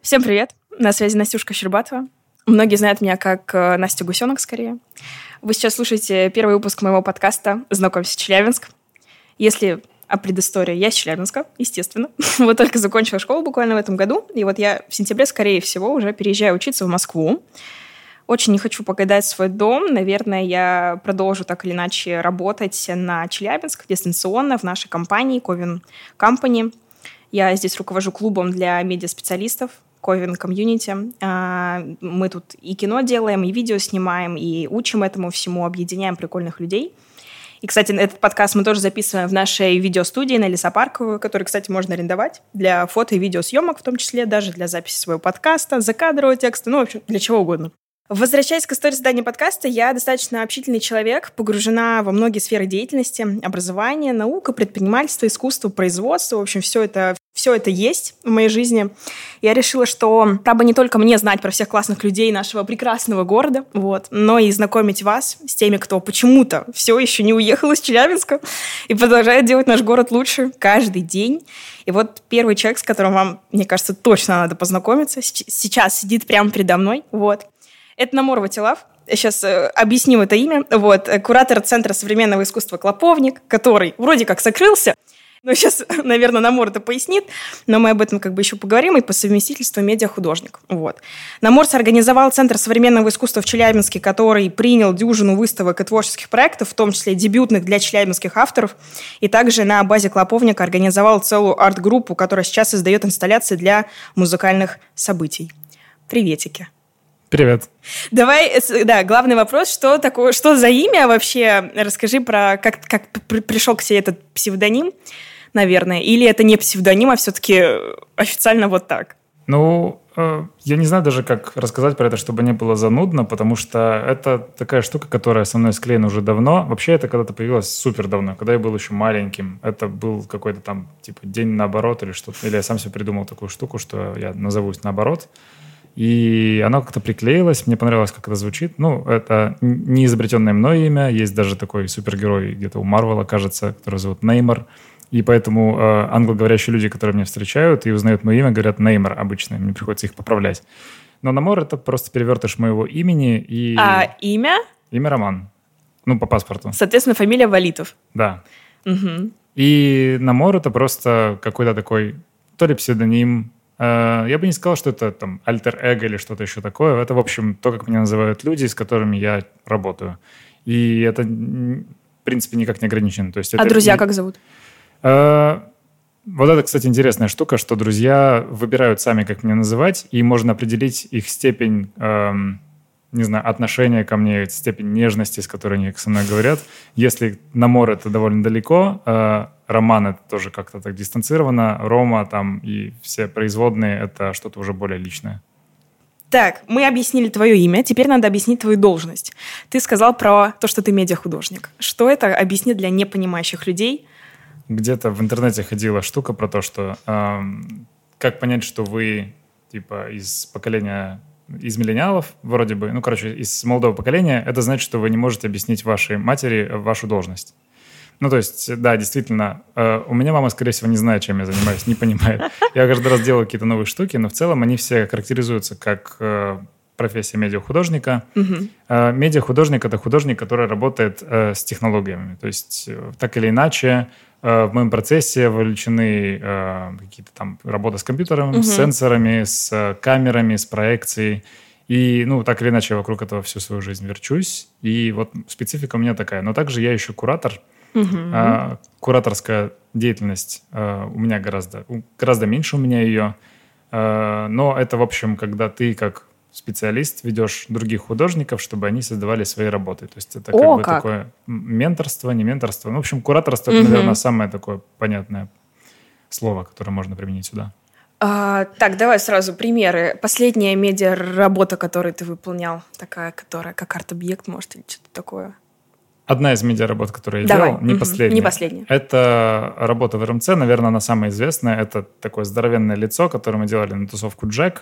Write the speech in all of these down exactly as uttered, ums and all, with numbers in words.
Всем привет! На связи Настюшка Щербатова. Многие знают меня как Настя Гусенок, скорее. Вы сейчас слушаете первый выпуск моего подкаста «Знакомься, Челябинск». Если о предыстории, я из Челябинска, естественно. Вот только закончила школу буквально в этом году. И вот я в сентябре, скорее всего, уже переезжаю учиться в Москву. Очень не хочу покидать свой дом. Наверное, я продолжу так или иначе работать на Челябинск дистанционно в нашей компании Ковен Company. Я здесь руковожу клубом для медиаспециалистов Ковен Community. Мы тут и кино делаем, и видео снимаем, и учим этому всему, объединяем прикольных людей. И, кстати, этот подкаст мы тоже записываем в нашей видеостудии на Лесопарковую, которую, кстати, можно арендовать для фото- и видеосъемок, в том числе даже для записи своего подкаста, закадрового текста, ну, в общем, для чего угодно. Возвращаясь к истории создания подкаста, я достаточно общительный человек, погружена во многие сферы деятельности: образование, наука, предпринимательство, искусство, производство. В общем, все это, все это есть в моей жизни. Я решила, что пора бы не только мне знать про всех классных людей нашего прекрасного города, вот, но и знакомить вас с теми, кто почему-то все еще не уехал из Челябинска и продолжает делать наш город лучше каждый день. И вот первый человек, с которым вам, мне кажется, точно надо познакомиться, сейчас сидит прямо передо мной. Вот. Это Намор Ватилав. Я сейчас э, объясню это имя. Вот, куратор Центра современного искусства «Клоповник», который вроде как закрылся, но сейчас, наверное, Намор это пояснит, но мы об этом как бы еще поговорим, и по совместительству медиахудожник. Вот. Намор организовал Центр современного искусства в Челябинске, который принял дюжину выставок и творческих проектов, в том числе дебютных для челябинских авторов, и также на базе «Клоповника» организовал целую арт-группу, которая сейчас издает инсталляции для музыкальных событий. Приветики. Привет. Давай, да, главный вопрос, что такое, что за имя вообще? Расскажи про, как, как пришел к себе этот псевдоним, наверное, или это не псевдоним, а все-таки официально вот так? Ну, я не знаю даже, как рассказать про это, чтобы не было занудно, потому что это такая штука, которая со мной склеена уже давно. Вообще это когда-то появилось супер давно, когда я был еще маленьким. Это был какой-то там, типа, день наоборот или что-то. Или я сам себе придумал такую штуку, что я назовусь наоборот. И оно как-то приклеилось, мне понравилось, как это звучит. Ну, это не изобретенное мной имя, есть даже такой супергерой где-то у Марвела, кажется, который зовут Неймар. И поэтому э, англоговорящие люди, которые меня встречают и узнают мое имя, говорят Неймар обычно, мне приходится их поправлять. Но Намор — это просто перевертыш моего имени. И... А имя? Имя Роман. Ну, по паспорту. Соответственно, фамилия Валитов. Да. Угу. И Намор — это просто какой-то такой то ли псевдоним. Я бы не сказал, что это там альтер-эго или что-то еще такое. Это, в общем, то, как меня называют люди, с которыми я работаю. И это, в принципе, никак не ограничено. То есть это а друзья не... как зовут? А, вот это, кстати, интересная штука, что друзья выбирают сами, как меня называть, и можно определить их степень, эм, не знаю, отношения ко мне, степень нежности, с которой они со мной говорят. Если Намор — это довольно далеко, э, Роман — это тоже как-то так дистанцированно, Рома там и все производные — это что-то уже более личное. Так, мы объяснили твое имя, теперь надо объяснить твою должность. Ты сказал про то, что ты медиахудожник. Что это? Объясни для непонимающих людей. Где-то в интернете ходила штука про то, что э, как понять, что вы типа из поколения, из миллениалов вроде бы, ну, короче, из молодого поколения, это значит, что вы не можете объяснить вашей матери вашу должность. Ну, то есть, да, действительно, э, у меня мама, скорее всего, не знает, чем я занимаюсь, не понимает. Я каждый раз делаю какие-то новые штуки, но в целом они все характеризуются как э, профессия медиахудожника. Uh-huh. Э, медиахудожник — это художник, который работает э, с технологиями. То есть, э, так или иначе, э, в моем процессе вовлечены э, какие-то там работы с компьютером, uh-huh. с сенсорами, с э, камерами, с проекцией. И, ну, так или иначе, я вокруг этого всю свою жизнь верчусь. И вот специфика у меня такая. Но также я еще куратор. Uh-huh. А, кураторская деятельность а, у меня гораздо, гораздо меньше у меня ее. А, но это, в общем, когда ты как специалист ведешь других художников, чтобы они создавали свои работы. То есть это как О, бы как? такое менторство, не менторство. Ну, в общем, кураторство uh-huh. — это, наверное, самое такое понятное слово, которое можно применить сюда. А, так, давай сразу примеры. Последняя медиа-работа, которую ты выполнял, такая, которая как арт-объект, может, или что-то такое. Одна из медиаработ, которую я Давай. делал, не угу. последняя. Не последняя. Это работа в эр эм цэ, наверное, она самая известная. Это такое здоровенное лицо, которое мы делали на тусовку Джек.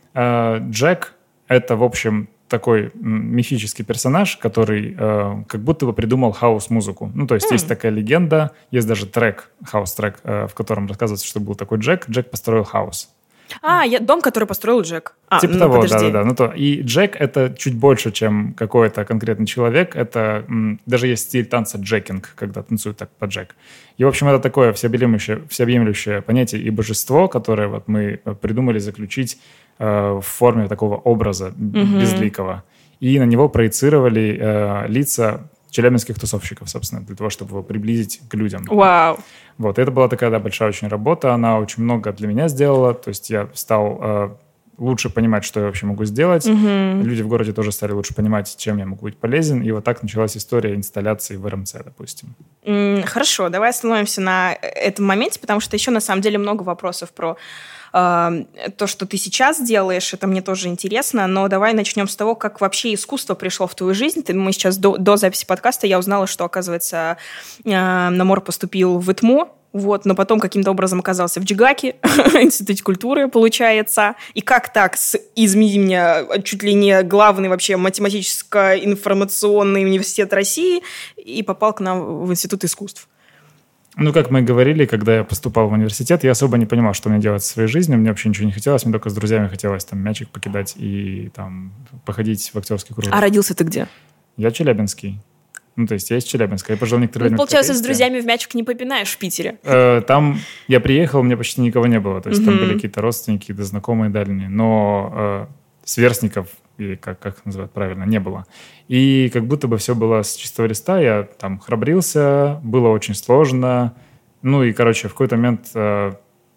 Джек — это, в общем, такой мифический персонаж, который как будто бы придумал хаус-музыку. Ну, то есть mm. есть такая легенда, есть даже трек, хаус-трек, в котором рассказывается, что был такой Джек. Джек построил хаус. А, я, дом, который построил Джек. А, типа ну, того, да-да-да. Ну, то. И Джек — это чуть больше, чем какой-то конкретный человек. Это м, даже есть стиль танца джекинг, когда танцуют так по Джек. И, в общем, это такое всеобъемлющее, всеобъемлющее понятие и божество, которое вот мы придумали заключить э, в форме такого образа mm-hmm. безликого. И на него проецировали э, лица челябинских тусовщиков, собственно, для того, чтобы его приблизить к людям. Вау! Вот, это была такая, да, большая очень работа, она очень много для меня сделала, то есть я стал э, лучше понимать, что я вообще могу сделать, mm-hmm. люди в городе тоже стали лучше понимать, чем я могу быть полезен, и вот так началась история инсталляции в РМЦ, допустим. Mm, хорошо, давай остановимся на этом моменте, потому что еще на самом деле много вопросов про э, то, что ты сейчас делаешь, это мне тоже интересно, но давай начнем с того, как вообще искусство пришло в твою жизнь. Ты, мы сейчас до, до записи подкаста я узнала, что, оказывается, э, Намор поступил в ИТМО, вот, но потом каким-то образом оказался в Джигаке, Институте культуры, получается. И как так с, измени меня, чуть ли не главный вообще математическо-информационный университет России, и попал к нам в Институт искусств? Ну, как мы и говорили, когда я поступал в университет, я особо не понимал, что мне делать в своей жизни. Мне вообще ничего не хотелось. Мне только с друзьями хотелось там мячик покидать и там походить в актерский кружок. А родился ты где? Я челябинский. Ну, то есть я из Челябинска. Я пожил некоторое время. Ну, получается, с друзьями в мячик не попинаешь в Питере. Э, там я приехал, у меня почти никого не было. То есть mm-hmm. там были какие-то родственники, какие-то знакомые дальние. Но э, сверстников, или как, как их называют правильно, не было. И как будто бы все было с чистого листа. Я там храбрился, было очень сложно. Ну и, короче, в какой-то момент э,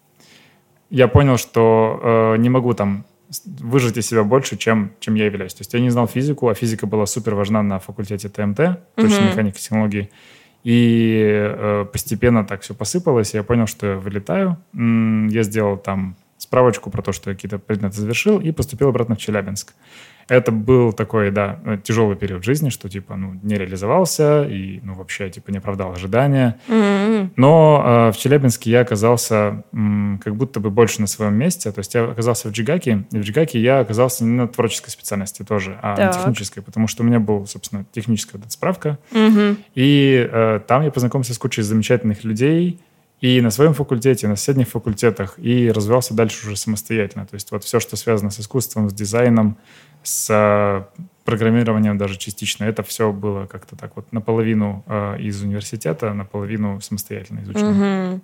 я понял, что э, не могу там выжать из себя больше, чем, чем я являюсь. То есть я не знал физику, а физика была супер важна на факультете ТМТ, точной mm-hmm. механики, технологии. И э, постепенно так все посыпалось, и я понял, что я вылетаю. М-м, я сделал там справочку про то, что я какие-то предметы завершил, и поступил обратно в Челябинск. Это был такой, да, тяжелый период жизни, что, типа, ну, не реализовался и, ну, вообще, типа, не оправдал ожидания. Mm-hmm. Но э, в Челябинске я оказался м, как будто бы больше на своем месте. То есть я оказался в Джигаке, и в Джигаке я оказался не на творческой специальности тоже, а так. на технической, потому что у меня была, собственно, техническая вот справка. Mm-hmm. И э, там я познакомился с кучей замечательных людей, и на своем факультете, и на соседних факультетах, и развивался дальше уже самостоятельно. То есть вот все, что связано с искусством, с дизайном, с программированием даже частично, это все было как-то так вот наполовину э, из университета, наполовину самостоятельно изучено. Mm-hmm.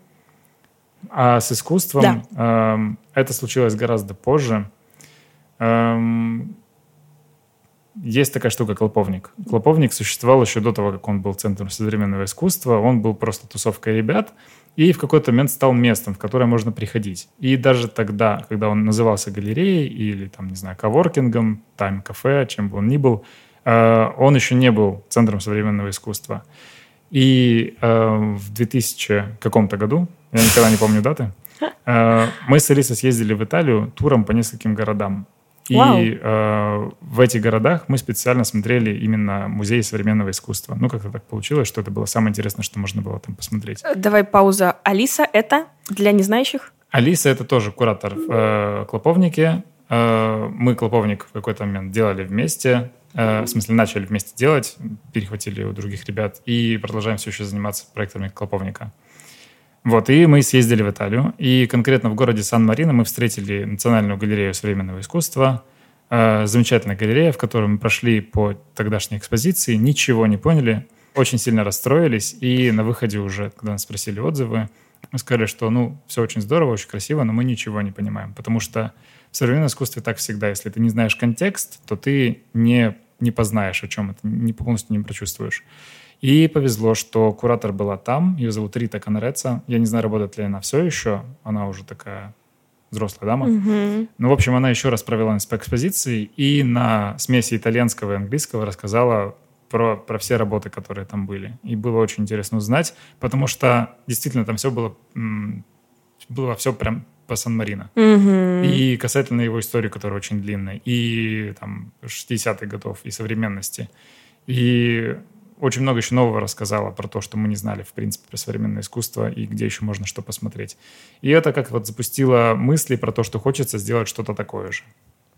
А с искусством да. э, это случилось гораздо позже. Эм, есть такая штука «Клоповник». «Клоповник» существовал еще до того, как он был центром современного искусства. Он был просто тусовкой ребят, и в какой-то момент стал местом, в которое можно приходить. И даже тогда, когда он назывался галереей или, там, не знаю, коворкингом, тайм-кафе, чем бы он ни был, э, он еще не был центром современного искусства. И э, в двухтысячном каком-то году, я никогда не помню даты, э, мы с Алисой съездили в Италию туром по нескольким городам. И э, в этих городах мы специально смотрели именно музеи современного искусства. Ну, как-то так получилось, что это было самое интересное, что можно было там посмотреть. Давай пауза. Алиса — это для незнающих? Алиса — это тоже куратор в э, Клоповнике. Э, мы Клоповник в какой-то момент делали вместе. Э, в смысле, начали вместе делать, перехватили у других ребят и продолжаем все еще заниматься проектами Клоповника. Вот, и мы съездили в Италию, и конкретно в городе Сан-Марино мы встретили Национальную галерею современного искусства, э, замечательная галерея, в которой мы прошли по тогдашней экспозиции, ничего не поняли, очень сильно расстроились, и на выходе уже, когда нас спросили отзывы, мы сказали, что, ну, все очень здорово, очень красиво, но мы ничего не понимаем, потому что в современном искусстве так всегда, если ты не знаешь контекст, то ты не, не познаешь, о чем это, не полностью не прочувствуешь. И повезло, что куратор была там, ее зовут Рита Конореца. Я не знаю, работает ли она все еще, она уже такая взрослая дама. Mm-hmm. Ну, в общем, она еще раз провела нас по экспозиции и на смеси итальянского и английского рассказала про, про все работы, которые там были. И было очень интересно узнать, потому что действительно там все было, м- было все прям по Сан-Марино. Mm-hmm. И касательно его истории, которая очень длинная, и там шестидесятых годов, и современности. И очень много еще нового рассказала про то, что мы не знали, в принципе, про современное искусство и где еще можно что посмотреть. И это как вот запустило мысли про то, что хочется сделать что-то такое же.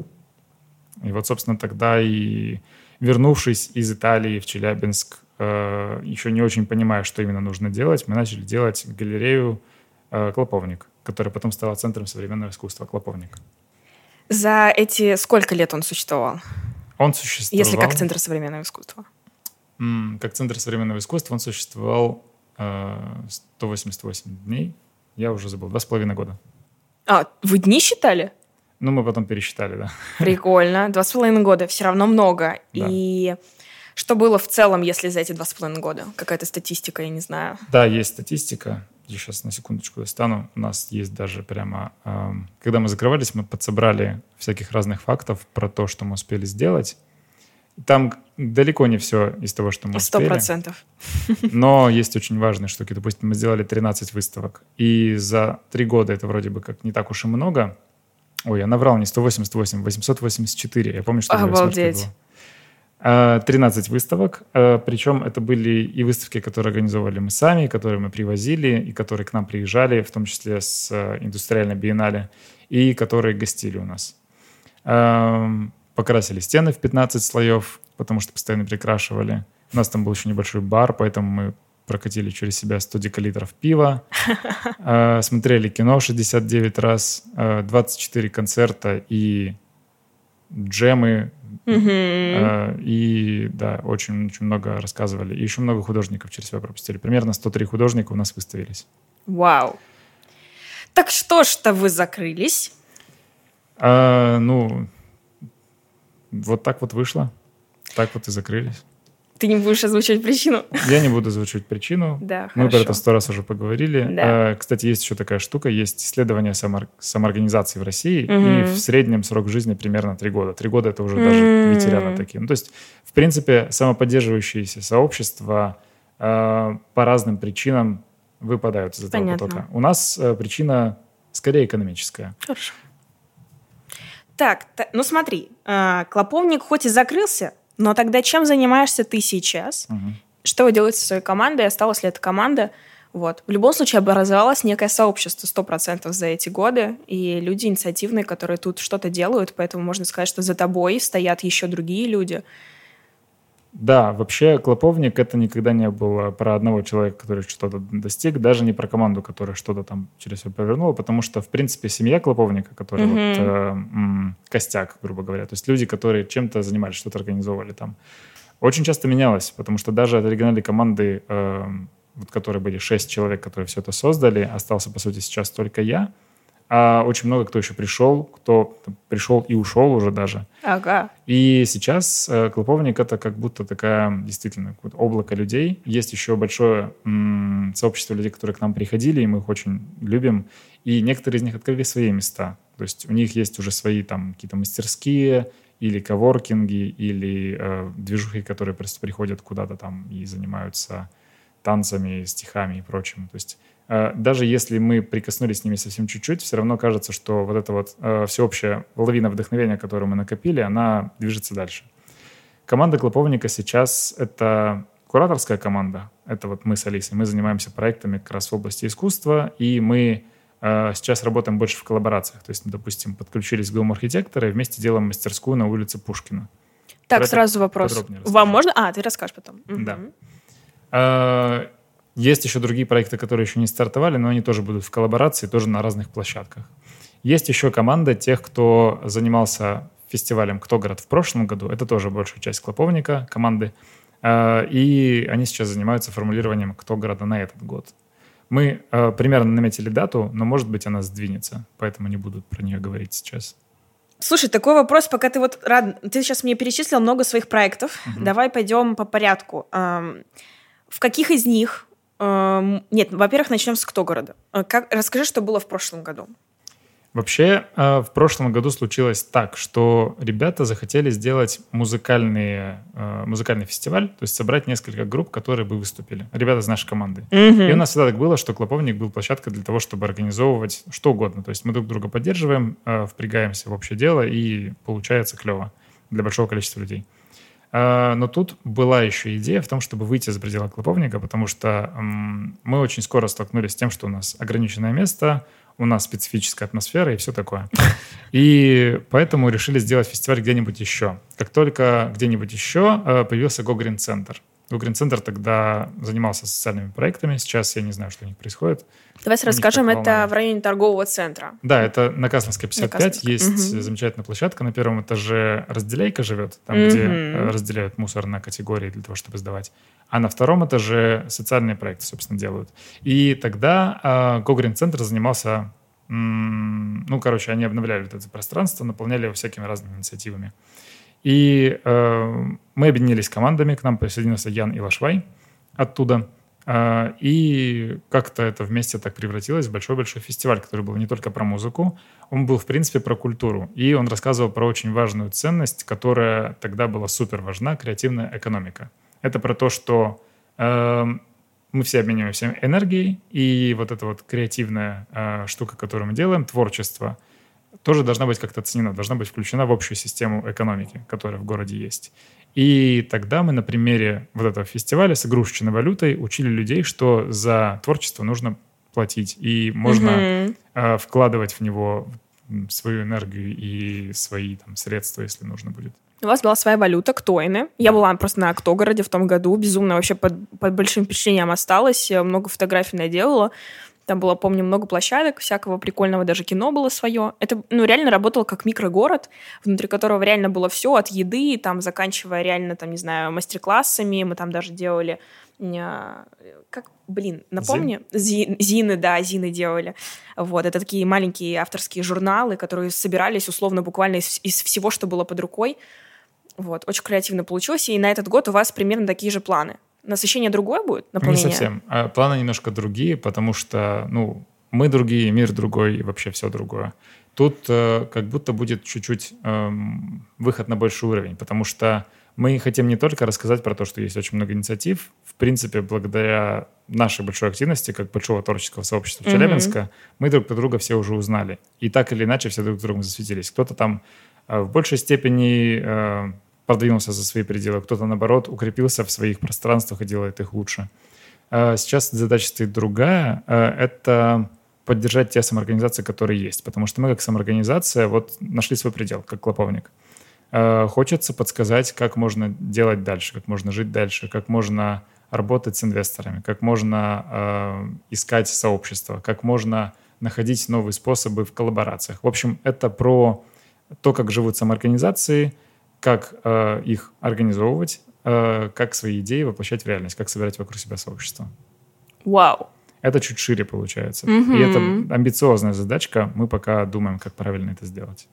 И вот, собственно, тогда и вернувшись из Италии в Челябинск, э, еще не очень понимая, что именно нужно делать, мы начали делать галерею э, «Клоповник». которая потом стала центром современного искусства «Клоповник». За эти сколько лет он существовал? Он существовал... Если как центр современного искусства. М, как центр современного искусства он существовал э, сто восемьдесят восемь дней. Я уже забыл, два с половиной года. А, вы дни считали? Ну, мы потом пересчитали, да. Прикольно. Два с половиной года. Все равно много. Да. И что было в целом, если за эти два с половиной года? Какая-то статистика, я не знаю. Да, есть статистика. Я сейчас на секундочку достану. У нас есть даже прямо... Э, когда мы закрывались, мы подсобрали всяких разных фактов про то, что мы успели сделать. Там далеко не все из того, что мы Сто успели. процентов. Но есть очень важные штуки. Допустим, мы сделали тринадцать выставок. И за три года это вроде бы как не так уж и много. Ой, я наврал, не сто восемьдесят восемь, восемьсот восемьдесят четыре. Я помню, что Обалдеть. было. тринадцать выставок. Причем это были и выставки, которые организовывали мы сами, которые мы привозили, и которые к нам приезжали, в том числе с индустриальной биеннале, и которые гостили у нас. Покрасили стены в пятнадцать слоев, потому что постоянно перекрашивали. У нас там был еще небольшой бар, поэтому мы прокатили через себя сто декалитров пива. Э, смотрели кино шестьдесят девять раз, э, двадцать четыре концерта и джемы. Э, и, да, очень, очень много рассказывали. И еще много художников через себя пропустили. Примерно сто три художника у нас выставились. Вау. Так что ж-то вы закрылись? Э, ну, вот так вот вышло. Так вот и закрылись. Ты не будешь озвучивать причину? Я не буду озвучивать причину. Да, Мы хорошо. про это сто раз уже поговорили. Да. А, кстати, есть еще такая штука. Есть исследование самор- самоорганизации в России. Угу. И в среднем срок жизни примерно три года. Три года — это уже даже М. ветераны такие. Ну, то есть, в принципе, самоподдерживающиеся сообщества а, по разным причинам выпадают из этого Понятно. потока. У нас а, причина скорее экономическая. Хорошо. Так, та- ну смотри, а, Клоповник хоть и закрылся, но тогда чем занимаешься ты сейчас? Мгм. Что вы делаете со своей командой? Осталась ли эта команда? Вот. В любом случае образовалось некое сообщество сто процентов за эти годы, и люди инициативные, которые тут что-то делают, поэтому можно сказать, что за тобой стоят еще другие люди. Да, вообще «Клоповник» — это никогда не было про одного человека, который что-то достиг, даже не про команду, которая что-то там через себя повернула, потому что, в принципе, семья «Клоповника», которая Мгм. вот, э, м, костяк, грубо говоря, то есть люди, которые чем-то занимались, что-то организовывали там, очень часто менялась, потому что даже от оригинальной команды, э, вот, которые были шесть человек, которые все это создали, остался, по сути, сейчас только я, а очень много кто еще пришел, кто там пришел и ушел уже даже. Ага. И сейчас э, «Клоповник» — это как будто такая, действительно, какое-то облако людей. Есть еще большое м, сообщество людей, которые к нам приходили, и мы их очень любим. И некоторые из них открыли свои места. То есть у них есть уже свои там какие-то мастерские или коворкинги, или э, движухи, которые просто приходят куда-то там и занимаются танцами, стихами и прочим. То есть э, даже если мы прикоснулись с ними совсем чуть-чуть, все равно кажется, что вот эта вот э, всеобщая лавина вдохновения, которую мы накопили, она движется дальше. Команда «Клоповника» сейчас — это кураторская команда. Это вот мы с Алисой. Мы занимаемся проектами как раз в области искусства, и мы э, сейчас работаем больше в коллаборациях. То есть, мы, допустим, подключились к Дому архитектора и вместе делаем мастерскую на улице Пушкина. Так, Про это сразу вопрос. подробнее расскажу. Вам можно? А, ты расскажешь потом. Мгм. Да. А, Есть еще другие проекты, которые еще не стартовали, но они тоже будут в коллаборации, тоже на разных площадках. Есть еще команда тех, кто занимался фестивалем «Ктогород» в прошлом году. Это тоже большая часть «Клоповника» команды. А, И они сейчас занимаются формулированием «Ктогорода» на этот год. Мы а, примерно наметили дату, но, может быть, она сдвинется, поэтому не буду про нее говорить сейчас. Слушай, такой вопрос, пока ты вот рад... Ты сейчас мне перечислил много своих проектов. Мгм. Давай пойдем по порядку. Эм, В каких из них... эм, Нет, во-первых, начнем с «Ктогорода». Э, Как... Расскажи, что было в прошлом году. Вообще, э, в прошлом году случилось так, что ребята захотели сделать музыкальные, э, музыкальный фестиваль, то есть собрать несколько групп, которые бы выступили. Ребята из нашей команды. И у нас всегда так было, что «Клоповник» был площадкой для того, чтобы организовывать что угодно. То есть мы друг друга поддерживаем, э, впрягаемся в общее дело, и получается клево для большого количества людей. Э, Но тут была еще идея в том, чтобы выйти за пределы «Клоповника», потому что м, мы очень скоро столкнулись с тем, что у нас ограниченное место, у нас специфическая атмосфера и все такое. И поэтому решили сделать фестиваль где-нибудь еще. Как только где-нибудь еще э, появился Go Green Center. Go Green Center тогда занимался социальными проектами. Сейчас я не знаю, что у них происходит. Давай расскажем, это волнами. В районе торгового центра. Да, это на Касловской пятьдесят пять. На есть угу. замечательная площадка. На первом этаже разделейка живет, там, угу. где разделяют мусор на категории для того, чтобы сдавать. А на втором этаже социальные проекты, собственно, делают. И тогда э, Go Green Center занимался... М- ну, короче, они обновляли вот это пространство, наполняли его всякими разными инициативами. И э, мы объединились командами, к нам присоединился Ян Илашвай оттуда. Э, и как-то это вместе так превратилось в большой-большой фестиваль, который был не только про музыку, он был, в принципе, про культуру. И он рассказывал про очень важную ценность, которая тогда была супер важна — креативная экономика. Это про то, что э, мы все обмениваемся энергией, и вот эта вот креативная э, штука, которую мы делаем, творчество, тоже должна быть как-то оценена, должна быть включена в общую систему экономики, которая в городе есть. И тогда мы на примере вот этого фестиваля с игрушечной валютой учили людей, что за творчество нужно платить, и можно mm-hmm. э, вкладывать в него свою энергию и свои там средства, если нужно будет. У вас была своя валюта, ктоины. Я была просто на Октогороде в том году. Безумно вообще под, под большим впечатлением осталась. Много фотографий наделала. Там было, помню, много площадок всякого прикольного. Даже кино было свое. Это, ну, реально работало как микрогород, внутри которого реально было все, от еды, там, заканчивая реально, там, не знаю, мастер-классами. Мы там даже делали... Как, блин, напомни? Зин? Зины, да, зины делали. Вот, это такие маленькие авторские журналы, которые собирались условно буквально из, из всего, что было под рукой. Вот, очень креативно получилось, и на этот год у вас примерно такие же планы. Насыщение другое будет? Наполнение? Не совсем. А планы немножко другие, потому что, ну, мы другие, мир другой, и вообще все другое. Тут э, как будто будет чуть-чуть э, выход на больший уровень, потому что мы хотим не только рассказать про то, что есть очень много инициатив. В принципе, благодаря нашей большой активности, как большого творческого сообщества Челябинска, mm-hmm. мы друг про друга все уже узнали. И так или иначе все друг с другом засветились. Кто-то там э, в большей степени э, продвинулся за свои пределы, кто-то, наоборот, укрепился в своих пространствах и делает их лучше. Э, сейчас задача стоит другая. Э, это поддержать те самоорганизации, которые есть. Потому что мы, как самоорганизация, вот нашли свой предел, как клоповник. Хочется подсказать, как можно делать дальше, как можно жить дальше, как можно работать с инвесторами, как можно э, искать сообщество, как можно находить новые способы в коллаборациях. В общем, это про то, как живут самоорганизации, как э, их организовывать, э, как свои идеи воплощать в реальность, как собирать вокруг себя сообщество. Вау! Это чуть шире получается. Mm-hmm. И это амбициозная задачка. Мы пока думаем, как правильно это сделать.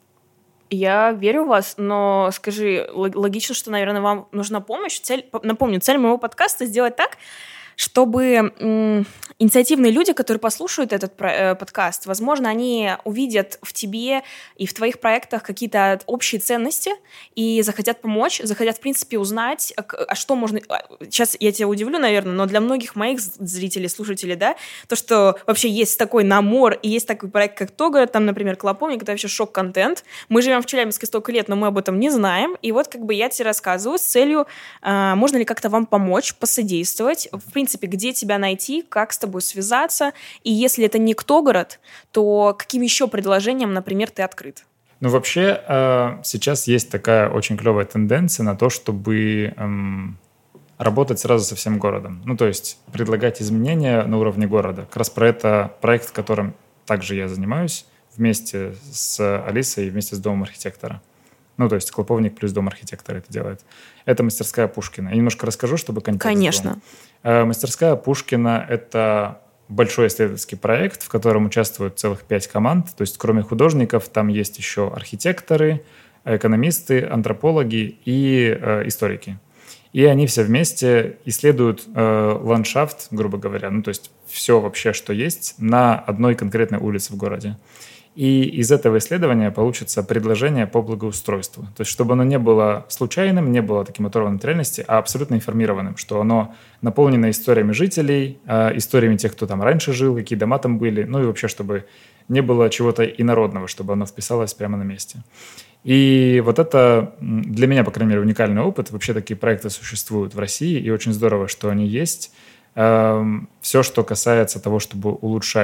Я верю в вас, но скажи, логично, что, наверное, вам нужна помощь. Цель, напомню, цель моего подкаста — сделать так, чтобы м, инициативные люди, которые послушают этот про- э, подкаст, возможно, они увидят в тебе и в твоих проектах какие-то общие ценности и захотят помочь, захотят, в принципе, узнать, а, а что можно... Сейчас я тебя удивлю, наверное, но для многих моих зрителей, слушателей, да, то, что вообще есть такой намор и есть такой проект, как Тогород, там, например, Клоповник, это вообще шок-контент. Мы живем в Челябинске столько лет, но мы об этом не знаем. И вот как бы я тебе рассказываю с целью, а, можно ли как-то вам помочь, посодействовать, в принципе, В принципе, где тебя найти, как с тобой связаться, и если это не Ктогород, то каким еще предложением, например, ты открыт? Ну, вообще, э, сейчас есть такая очень клевая тенденция на то, чтобы эм, работать сразу со всем городом. Ну, то есть предлагать изменения на уровне города. Как раз про это проект, которым также я занимаюсь вместе с Алисой и вместе с Домом архитектора. Ну, то есть Клоповник плюс Дом архитектора это делает. Это мастерская Пушкина. Я немножко расскажу, чтобы контекст Конечно. был. Мастерская Пушкина — это большой исследовательский проект, в котором участвуют целых пять команд. То есть кроме художников там есть еще архитекторы, экономисты, антропологи и э, историки. И они все вместе исследуют э, ландшафт, грубо говоря, ну, то есть все вообще, что есть на одной конкретной улице в городе. И из этого исследования получится предложение по благоустройству. То есть чтобы оно не было случайным, не было таким оторванным от реальности, а абсолютно информированным, что оно наполнено историями жителей, историями тех, кто там раньше жил, какие дома там были, ну и вообще, чтобы не было чего-то инородного, чтобы оно вписалось прямо на месте. И вот это для меня, по крайней мере, уникальный опыт. Вообще такие проекты существуют в России, и очень здорово, что они есть. Все, что касается того, чтобы улучшать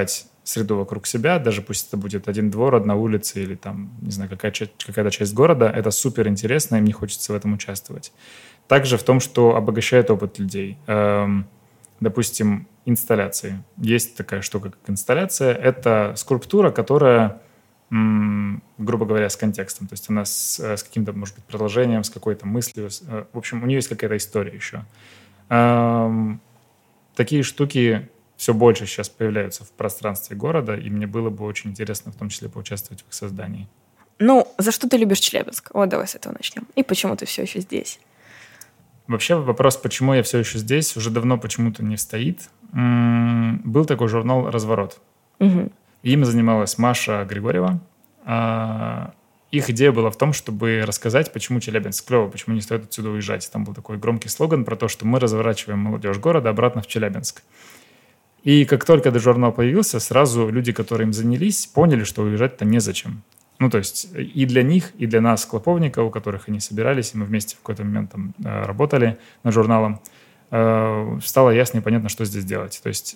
среду вокруг себя, даже пусть это будет один двор, одна улица или там, не знаю, какая часть, какая-то часть города, это супер интересно, и мне хочется в этом участвовать. Также в том, что обогащает опыт людей. Эм, допустим, инсталляции. Есть такая штука, как инсталляция. Это скульптура, которая, м, грубо говоря, с контекстом. То есть она с, с каким-то, может быть, продолжением, с какой-то мыслью. С, э, в общем, у нее есть какая-то история еще. Эм, такие штуки все больше сейчас появляются в пространстве города, и мне было бы очень интересно в том числе поучаствовать в их создании. Ну, за что ты любишь Челябинск? Вот давай с этого начнем. И почему ты все еще здесь? Вообще вопрос, почему я все еще здесь, уже давно почему-то не стоит. М-м, был такой журнал «Разворот». Угу. Им занималась Маша Григорьева. А, их идея была в том, чтобы рассказать, почему Челябинск клево, почему не стоит отсюда уезжать. Там был такой громкий слоган про то, что мы разворачиваем молодежь города обратно в Челябинск. И как только этот журнал появился, сразу люди, которые им занялись, поняли, что уезжать-то незачем. Ну, то есть и для них, и для нас, клоповников, у которых они собирались, и мы вместе в какой-то момент там работали над журналом, стало ясно и понятно, что здесь делать. То есть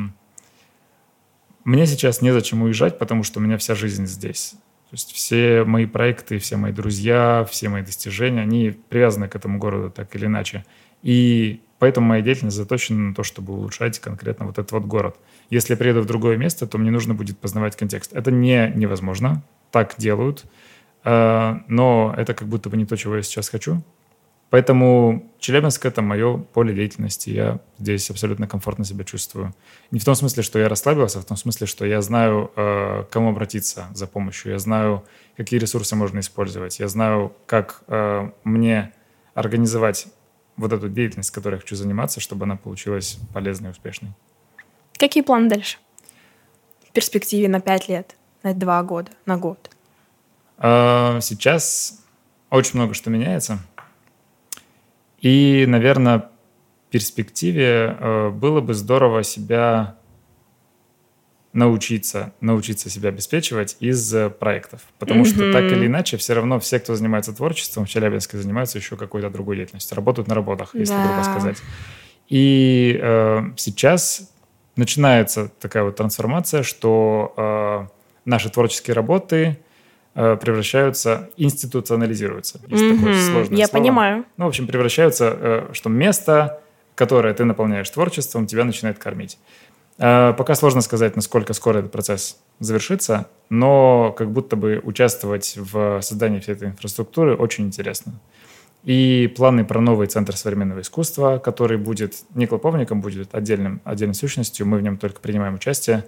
мне сейчас незачем уезжать, потому что у меня вся жизнь здесь. То есть все мои проекты, все мои друзья, все мои достижения, они привязаны к этому городу так или иначе. И поэтому моя деятельность заточена на то, чтобы улучшать конкретно вот этот вот город. Если я приеду в другое место, то мне нужно будет познавать контекст. Это не невозможно, так делают, но это как будто бы не то, чего я сейчас хочу. Поэтому Челябинск — это мое поле деятельности. Я здесь абсолютно комфортно себя чувствую. Не в том смысле, что я расслабился, а в том смысле, что я знаю, к кому обратиться за помощью. Я знаю, какие ресурсы можно использовать. Я знаю, как мне организовать вот эту деятельность, которой я хочу заниматься, чтобы она получилась полезной и успешной. Какие планы дальше? В перспективе на пять лет, на два года, на год? Сейчас очень много что меняется. И, наверное, в перспективе было бы здорово себя научиться, научиться себя обеспечивать из проектов. Потому mm-hmm. что так или иначе все равно все, кто занимается творчеством в Челябинске, занимаются еще какой-то другой деятельностью. Работают на работах, если да. грубо сказать. И э, сейчас начинается такая вот трансформация, что э, наши творческие работы э, превращаются, институционализируются. Есть mm-hmm. такое сложное Я слово. понимаю. Ну, в общем, превращаются, э, что место, которое ты наполняешь творчеством, тебя начинает кормить. Пока сложно сказать, насколько скоро этот процесс завершится, но как будто бы участвовать в создании всей этой инфраструктуры очень интересно. И планы про новый центр современного искусства, который будет не клоповником, будет отдельным, отдельной сущностью, мы в нем только принимаем участие,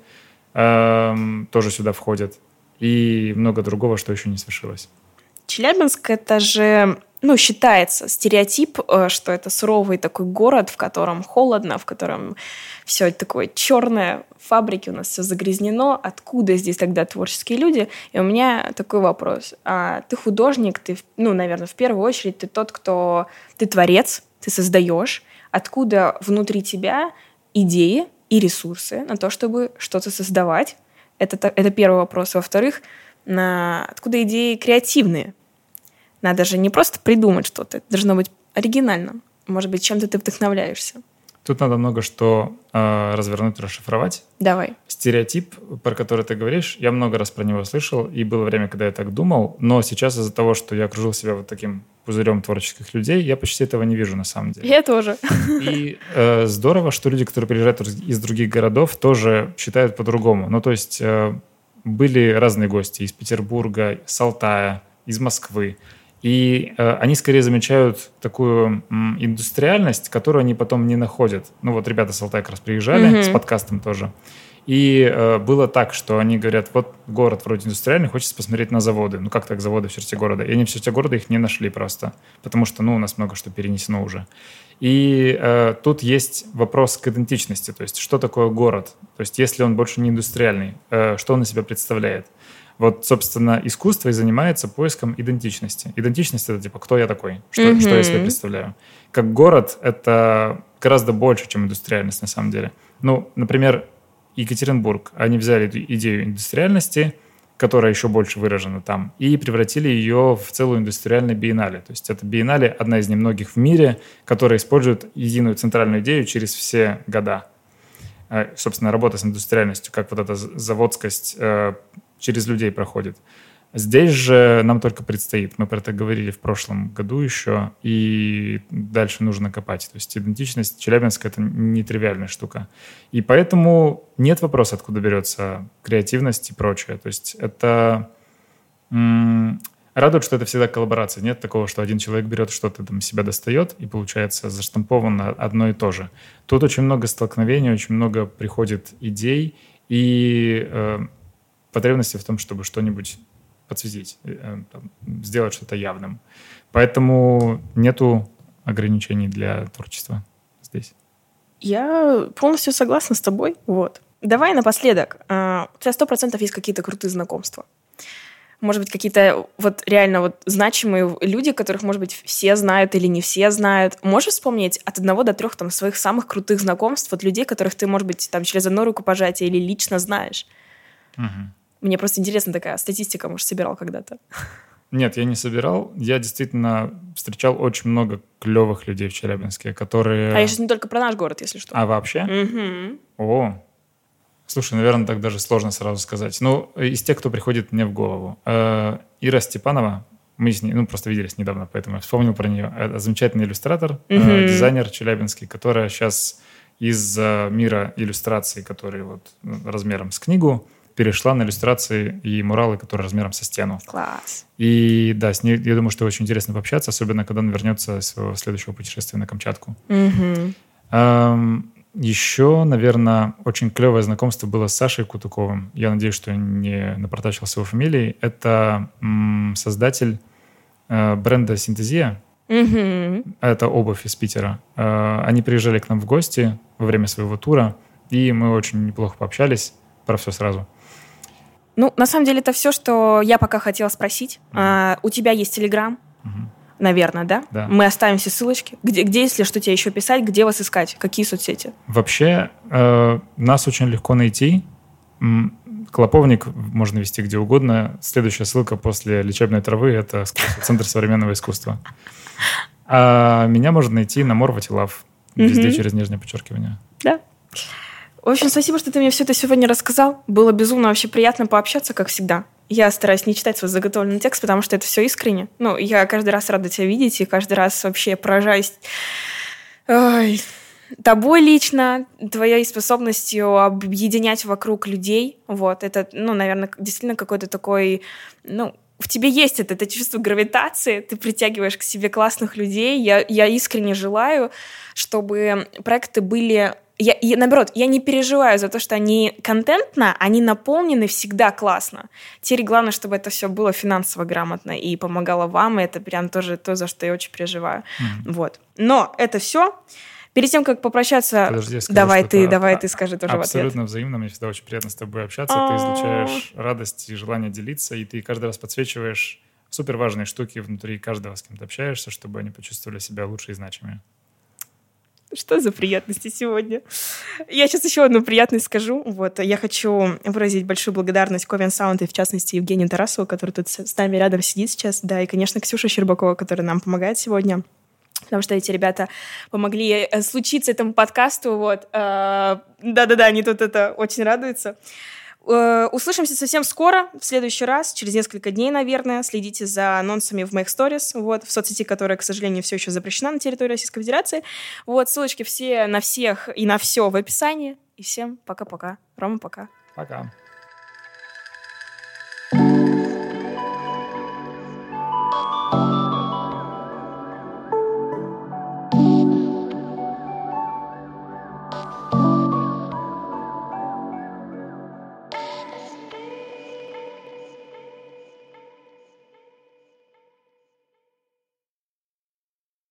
тоже сюда входят. И много другого, что еще не свершилось. Челябинск — это же, ну, считается стереотип, что это суровый такой город, в котором холодно, в котором все такое черное, фабрики, у нас все загрязнено. Откуда здесь тогда творческие люди? И у меня такой вопрос. А ты художник, ты, ну, наверное, в первую очередь ты тот, кто... Ты творец, ты создаешь. Откуда внутри тебя идеи и ресурсы на то, чтобы что-то создавать? Это, это первый вопрос. Во-вторых, на... откуда идеи креативные? Надо же не просто придумать что-то, это должно быть оригинально. Может быть, чем-то ты вдохновляешься. Тут надо много что э, развернуть, расшифровать. Давай. Стереотип, про который ты говоришь, я много раз про него слышал, и было время, когда я так думал, но сейчас из-за того, что я окружил себя вот таким пузырем творческих людей, я почти этого не вижу на самом деле. Я тоже. И э, здорово, что люди, которые приезжают из других городов, тоже считают по-другому. Ну, то есть э, были разные гости из Петербурга, с Алтая, из Москвы. И э, они скорее замечают такую м, индустриальность, которую они потом не находят. Ну вот ребята с Алтая как раз приезжали, mm-hmm. с подкастом тоже. И э, было так, что они говорят, вот город вроде индустриальный, хочется посмотреть на заводы. Ну как так заводы в черте города? И они в черте города их не нашли просто, потому что ну, у нас много что перенесено уже. И э, тут есть вопрос к идентичности, то есть что такое город? То есть если он больше не индустриальный, э, что он из себя представляет? Вот, собственно, искусство и занимается поиском идентичности. Идентичность — это типа, кто я такой, что, mm-hmm. что я себе представляю. Как город — это гораздо больше, чем индустриальность на самом деле. Ну, например, Екатеринбург. Они взяли эту идею индустриальности, которая еще больше выражена там, и превратили ее в целую индустриальную биеннале. То есть это биеннале — одна из немногих в мире, которая использует единую центральную идею через все года. собственно, работа с индустриальностью, как вот эта заводскость через людей проходит. Здесь же нам только предстоит. Мы про это говорили в прошлом году еще, и дальше нужно копать. То есть идентичность Челябинска — это нетривиальная штука. И поэтому нет вопроса, откуда берется креативность и прочее. То есть это... М- радует, что это всегда коллаборация. Нет такого, что один человек берет что-то, там, себя достает, и получается заштамповано одно и то же. Тут очень много столкновений, очень много приходит идей и э, потребности в том, чтобы что-нибудь подсветить, там, сделать что-то явным. Поэтому нету ограничений для творчества здесь. Я полностью согласна с тобой. Вот. Давай напоследок. У тебя сто процентов есть какие-то крутые знакомства. Может быть, какие-то вот реально вот значимые люди, которых, может быть, все знают или не все знают. Можешь вспомнить от одного до трех там, своих самых крутых знакомств, вот людей, которых ты, может быть, там, через одно рукопожатие или лично знаешь? Угу. Мне просто интересна такая статистика, может, собирал когда-то. Нет, я не собирал. Я действительно встречал очень много клевых людей в Челябинске, которые... А я сейчас не только про наш город, если что. А вообще? Угу. О, слушай, наверное, так даже сложно сразу сказать. Ну, из тех, кто приходит мне в голову. Э, Ира Степанова, мы с ней, ну, просто виделись недавно, поэтому я вспомнил про нее. Это замечательный иллюстратор, угу. э, дизайнер челябинский, которая сейчас из э, мира иллюстраций, которые вот размером с книгу, перешла на иллюстрации и муралы, которые размером со стену. Класс. И да, с ней, я думаю, что очень интересно пообщаться, особенно когда он вернется с своего следующего путешествия на Камчатку. Угу. Эм, еще, наверное, очень клевое знакомство было с Сашей Кутуковым. Я надеюсь, что я не напортачил с его фамилией. Это м, создатель э, бренда «Синтезия». Угу. Это обувь из Питера. Э, они приезжали к нам в гости во время своего тура, и мы очень неплохо пообщались про все сразу. Ну, на самом деле, это все, что я пока хотела спросить. Mm-hmm. А, у тебя есть Телеграм, mm-hmm. наверное, да? Да. Мы оставим все ссылочки. Где, где, если что, тебе еще писать, где вас искать? Какие соцсети? Вообще, э, нас очень легко найти. Клоповник можно вести где угодно. Следующая ссылка после лечебной травы — это Центр современного искусства. А меня можно найти на Морватилав. Везде mm-hmm. через нижнее подчеркивание. Да. В общем, спасибо, что ты мне все это сегодня рассказал. Было безумно вообще приятно пообщаться, как всегда. Я стараюсь не читать свой заготовленный текст, потому что это все искренне. Ну, я каждый раз рада тебя видеть, и каждый раз вообще поражаюсь Ой, тобой лично, твоей способностью объединять вокруг людей. Вот, это, ну, наверное, действительно какой-то такой, ну, в тебе есть это, это чувство гравитации, ты притягиваешь к себе классных людей. Я, я искренне желаю, чтобы проекты были... Я, я, наоборот, я не переживаю за то, что они контентно, они наполнены всегда классно. Теперь главное, чтобы это все было финансово грамотно и помогало вам, и это прям тоже то, за что я очень переживаю. Mm-hmm. Вот. Но это все. Перед тем, как попрощаться, Подожди, скажу, давай ты, давай ты скажи тоже в ответ. Абсолютно взаимно, мне всегда очень приятно с тобой общаться. Ты излучаешь радость и желание делиться, и ты каждый раз подсвечиваешь супер важные штуки внутри каждого, с кем ты общаешься, чтобы они почувствовали себя лучше и значимее. Что за приятности сегодня? Я сейчас еще одну приятность скажу. Вот, я хочу выразить большую благодарность Ковен Sound и, в частности, Евгению Тарасову, который тут с нами рядом сидит сейчас. Да, и, конечно, Ксюша Щербакова, которая нам помогает сегодня. Потому что эти ребята помогли случиться этому подкасту. Вот. Да-да-да, они тут это очень радуются. Услышимся совсем скоро, в следующий раз, через несколько дней, наверное. Следите за анонсами в моих сторис, вот, в соцсети, которая, к сожалению, все еще запрещена на территории Российской Федерации. Вот, ссылочки все на всех и на все в описании. И всем пока-пока. Рома, пока. Пока.